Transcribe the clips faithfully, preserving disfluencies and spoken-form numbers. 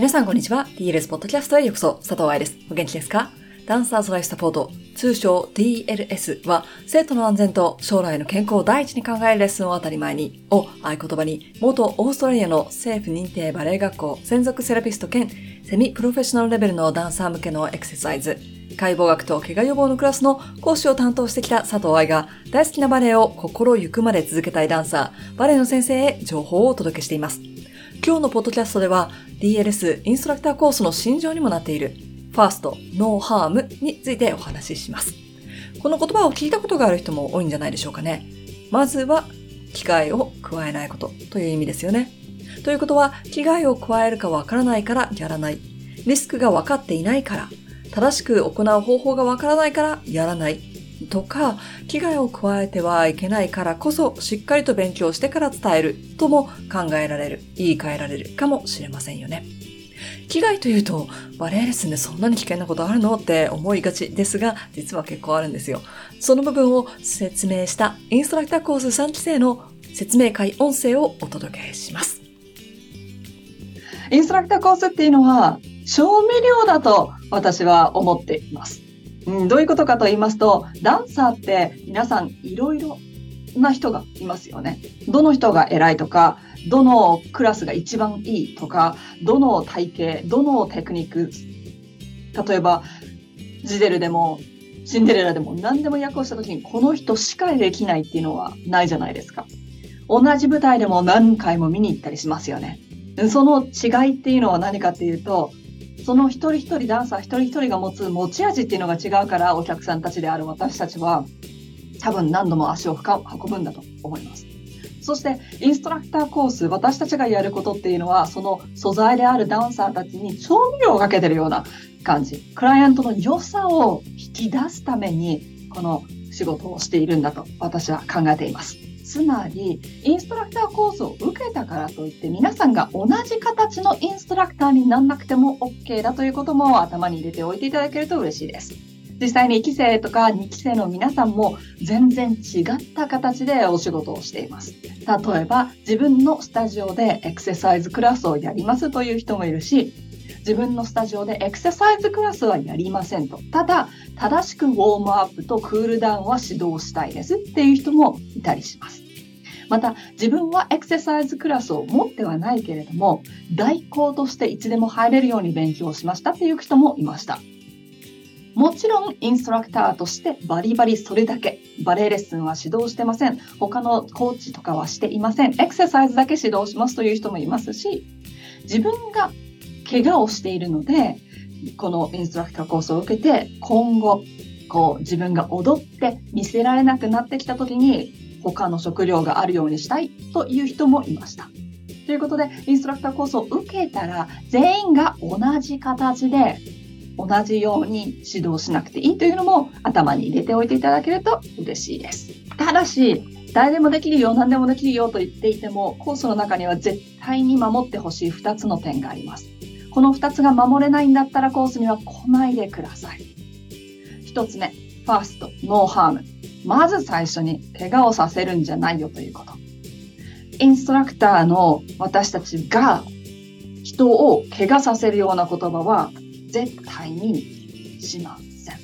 皆さんこんにちは。 ディーエルエス ポッドキャストへようこそ。佐藤愛です。お元気ですか？ダンサーズライフサポート、通称 ディーエルエス は、生徒の安全と将来の健康を第一に考えるレッスンを当たり前にを合言葉に、元オーストラリアの政府認定バレエ学校専属セラピスト兼セミプロフェッショナルレベルのダンサー向けのエクササイズ、解剖学と怪我予防のクラスの講師を担当してきた佐藤愛が、大好きなバレエを心ゆくまで続けたいダンサー、バレエの先生へ情報をお届けしています。今日のポッドキャストでは ディーエルエス インストラクターコースの信条にもなっているファースト、ノーハームについてお話しします。この言葉を聞いたことがある人も多いんじゃないでしょうかね。まずは危害を加えないことという意味ですよね。ということは、危害を加えるかわからないからやらない、リスクが分かっていないから、正しく行う方法がわからないからやらないとか、危害を加えてはいけないからこそしっかりと勉強してから伝えるとも考えられる、言い換えられるかもしれませんよね。危害というと、バレエレッスンでそんなに危険なことあるのって思いがちですが、実は結構あるんですよ。その部分を説明したインストラクターコースさんきせいの説明会音声をお届けします。 インストラクターコースっていうのは調味料だと私は思っています。うん、どういうことかと言いますと、ダンサーって皆さんいろいろな人がいますよね。どの人が偉いとか、どのクラスが一番いいとか、どの体型、どのテクニック、例えばジゼルでもシンデレラでも何でも役をした時にこの人しかできないっていうのはないじゃないですか。同じ舞台でも何回も見に行ったりしますよね。その違いっていうのは何かっていうと、その一人一人ダンサー一人一人が持つ持ち味っていうのが違うから、お客さんたちである私たちは多分何度も足を運ぶんだと思います。そしてインストラクターコース、私たちがやることっていうのは、その素材であるダンサーたちに調味料をかけてるような感じ。クライアントの良さを引き出すためにこの仕事をしているんだと私は考えています。つまり、インストラクターコースを受けたからといって皆さんが同じ形のインストラクターにならなくても OK だということも頭に入れておいていただけると嬉しいです。実際にいっきせいとかにきせいの皆さんも全然違った形でお仕事をしています。例えば、自分のスタジオでエクササイズクラスをやりますという人もいるし、自分のスタジオでエクササイズクラスはやりませんと。ただ、正しくウォームアップとクールダウンは指導したいですっていう人もいたりします。また、自分はエクササイズクラスを持ってはないけれども、代行としていつでも入れるように勉強しましたっていう人もいました。もちろん、インストラクターとしてバリバリそれだけ、バレエレッスンは指導してません。他のコーチとかはしていません。エクササイズだけ指導しますという人もいますし、自分が怪我をしているので、このインストラクターコースを受けて、今後、こう自分が踊って見せられなくなってきた時に、他の食料があるようにしたいという人もいました。ということで、インストラクターコースを受けたら、全員が同じ形で、同じように指導しなくていいというのも頭に入れておいていただけると嬉しいです。ただし、誰でもできるよ、何でもできるよと言っていても、コースの中には絶対に守ってほしいふたつの点があります。このふたつが守れないんだったらコースには来ないでください。ひとつめ、ファースト、ノーハーム。まず最初に怪我をさせるんじゃないよということ。インストラクターの私たちが人を怪我させるような言葉は絶対にしません。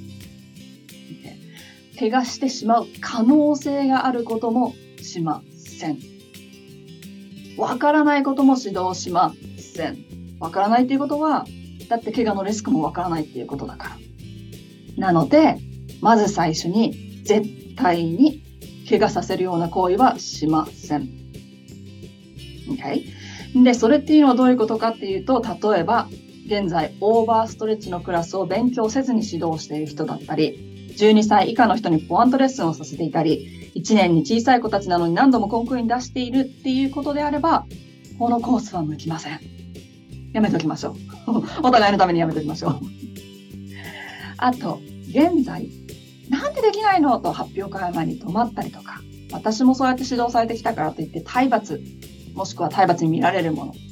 怪我してしまう可能性があることもしません。わからないことも指導しません。わからないっていうことは、だって怪我のリスクもわからないっていうことだから。なので、まず最初に絶対に怪我させるような行為はしません。Okay? で、それっていうのはどういうことかっていうと、例えば、現在、オーバーストレッチのクラスを勉強せずに指導している人だったり、じゅうにさい以下の人にポワントレッスンをさせていたり、いちねんに小さい子たちなのに何度もコンクールに出しているっていうことであれば、このコースは向きません。やめときましょう。お互いのためにやめときましょう。あと、現在、なんでできないのと発表会前に止まったりとか、私もそうやって指導されてきたからといって体罰、もしくは体罰に見られるもの、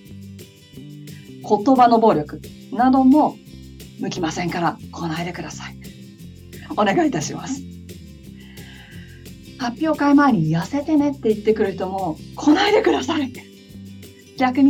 言葉の暴力なども向きませんから来ないでください。お願いいたします。発表会前に痩せてねって言ってくる人も来ないでください。逆に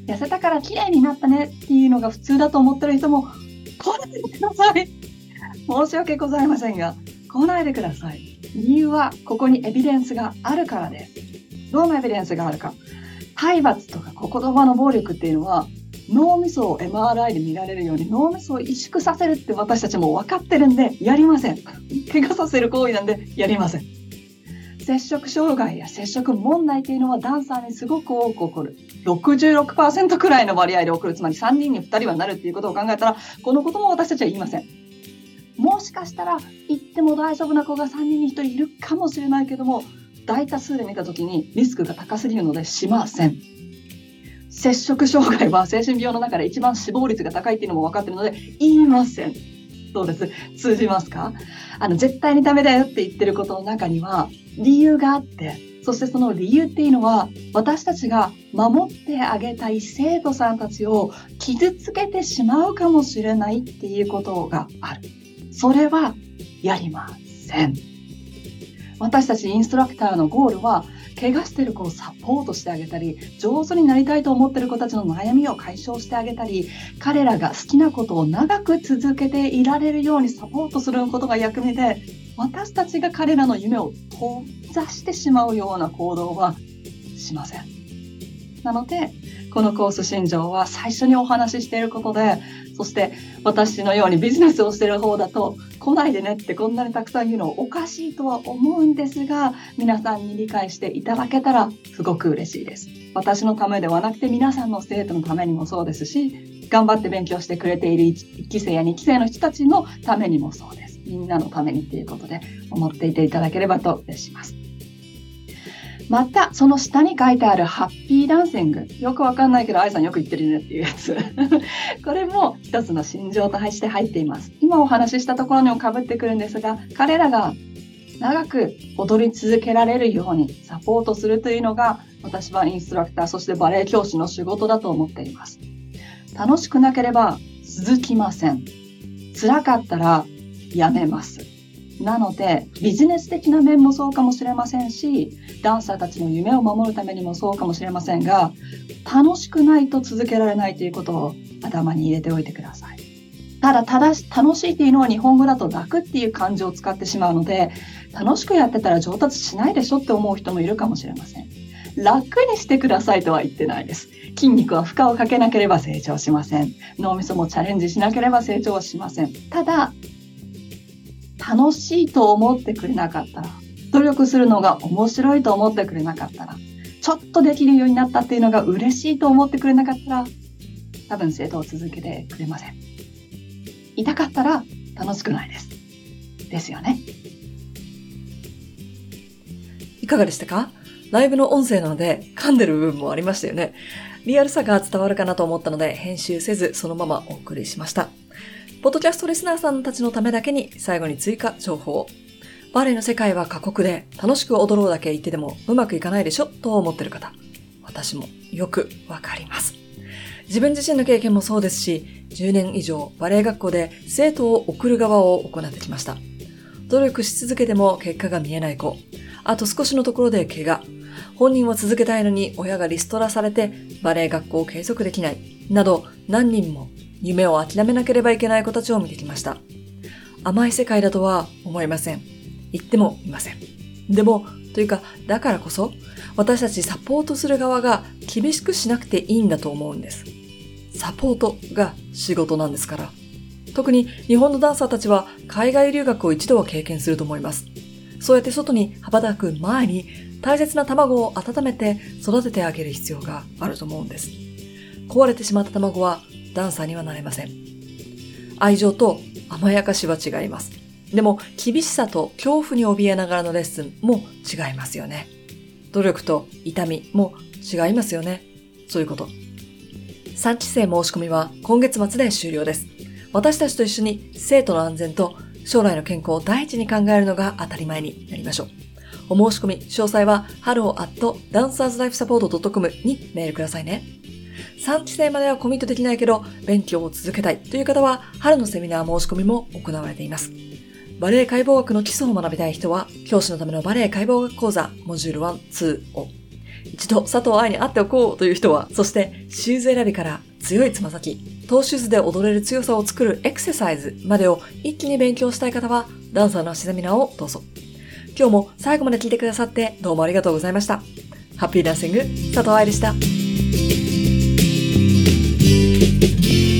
痩せたから綺麗になったねっていうのが普通だと思ってる人も来ないでください。申し訳ございませんが、来ないでください。理由はここにエビデンスがあるからです。どんなエビデンスがあるか。体罰とか言葉の暴力っていうのは脳みそを エムアールアイ で見られるように脳みそを萎縮させるって私たちも分かってるんでやりません。怪我させる行為なんでやりません。摂食障害や摂食問題っていうのはダンサーにすごく多く起こる。ろくじゅうろくパーセント くらいの割合で起こる。つまりさんにんにふたりはなるっていうことを考えたら、このことも私たちは言いません。もしかしたら言っても大丈夫な子がさんにんにひとりいるかもしれないけども、大多数で見たときにリスクが高すぎるのでしません。摂食障害は精神病の中で一番死亡率が高いっていうのも分かっているので言いません。そうです。通じますか？あの、絶対にダメだよって言ってることの中には理由があって、そしてその理由っていうのは私たちが守ってあげたい生徒さんたちを傷つけてしまうかもしれないっていうことがある。それはやりません。私たちインストラクターのゴールは怪我している子をサポートしてあげたり、上手になりたいと思っている子たちの悩みを解消してあげたり、彼らが好きなことを長く続けていられるようにサポートすることが役目で、私たちが彼らの夢を閉ざしてしまうような行動はしません。なので、このコース新庄は最初にお話ししていることで、そして私のようにビジネスをしている方だと、来ないでねってこんなにたくさん言うのおかしいとは思うんですが、皆さんに理解していただけたらすごく嬉しいです。私のためではなくて皆さんの生徒のためにもそうですし、頑張って勉強してくれているいっき生やにき生の人たちのためにもそうです。みんなのためにっていうことで思っていていただければと嬉します。また、その下に書いてあるハッピーダンシング。よくわかんないけど、愛さんよく言ってるねっていうやつ。これも一つの心情として入っています。今お話ししたところにも被ってくるんですが、彼らが長く踊り続けられるようにサポートするというのが、私はインストラクター、そしてバレエ教師の仕事だと思っています。楽しくなければ続きません。辛かったらやめます。なので、ビジネス的な面もそうかもしれませんし、ダンサーたちの夢を守るためにもそうかもしれませんが、楽しくないと続けられないということを頭に入れておいてください。ただ、ただし楽しいっていうのは日本語だと楽っていう漢字を使ってしまうので、楽しくやってたら上達しないでしょって思う人もいるかもしれません。楽にしてくださいとは言ってないです。筋肉は負荷をかけなければ成長しません。脳みそもチャレンジしなければ成長はしません。ただ、楽しいと思ってくれなかったら、努力するのが面白いと思ってくれなかったら、ちょっとできるようになったっていうのが嬉しいと思ってくれなかったら、多分生徒を続けてくれません。痛かったら楽しくないです。ですよね。 いかがでしたか？ライブの音声なので噛んでる部分もありましたよね。リアルさが伝わるかなと思ったので編集せずそのままお送りしました。ポッドキャストリスナーさんたちのためだけに最後に追加情報。バレエの世界は過酷で楽しく踊ろうだけ言ってでもうまくいかないでしょと思ってる方。私もよくわかります。自分自身の経験もそうですし、じゅうねん以上バレエ学校で生徒を送る側を行ってきました。努力し続けても結果が見えない子。あと少しのところで怪我。本人は続けたいのに親がリストラされてバレエ学校を継続できない。など何人も夢を諦めなければいけない子たちを見てきました。甘い世界だとは思いません。言ってもいません。でも、というか、だからこそ、私たちサポートする側が厳しくしなくていいんだと思うんです。サポートが仕事なんですから。特に日本のダンサーたちは海外留学を一度は経験すると思います。そうやって外に羽ばたく前に大切な卵を温めて育ててあげる必要があると思うんです。壊れてしまった卵はダンサーにはなれません。愛情と甘やかしは違います。でも厳しさと恐怖に怯えながらのレッスンも違いますよね。努力と痛みも違いますよね。そういうこと。さんき生申し込みは今月末で終了です。私たちと一緒に生徒の安全と将来の健康を第一に考えるのが当たり前になりましょう。お申し込み、詳細は ハロー アット ダンサーズライフサポート ドットコム にメールくださいね。さんき生まではコミットできないけど勉強を続けたいという方は春のセミナー申し込みも行われています。バレエ解剖学の基礎を学びたい人は教師のためのバレエ解剖学講座モジュールいち、にを、 一度佐藤愛に会っておこうという人は、そしてシューズ選びから強いつま先、トーシューズで踊れる強さを作るエクササイズまでを一気に勉強したい方は、ダンサーの足セミナーをどうぞ。今日も最後まで聞いてくださってどうもありがとうございました。ハッピーダンシング、佐藤愛でした。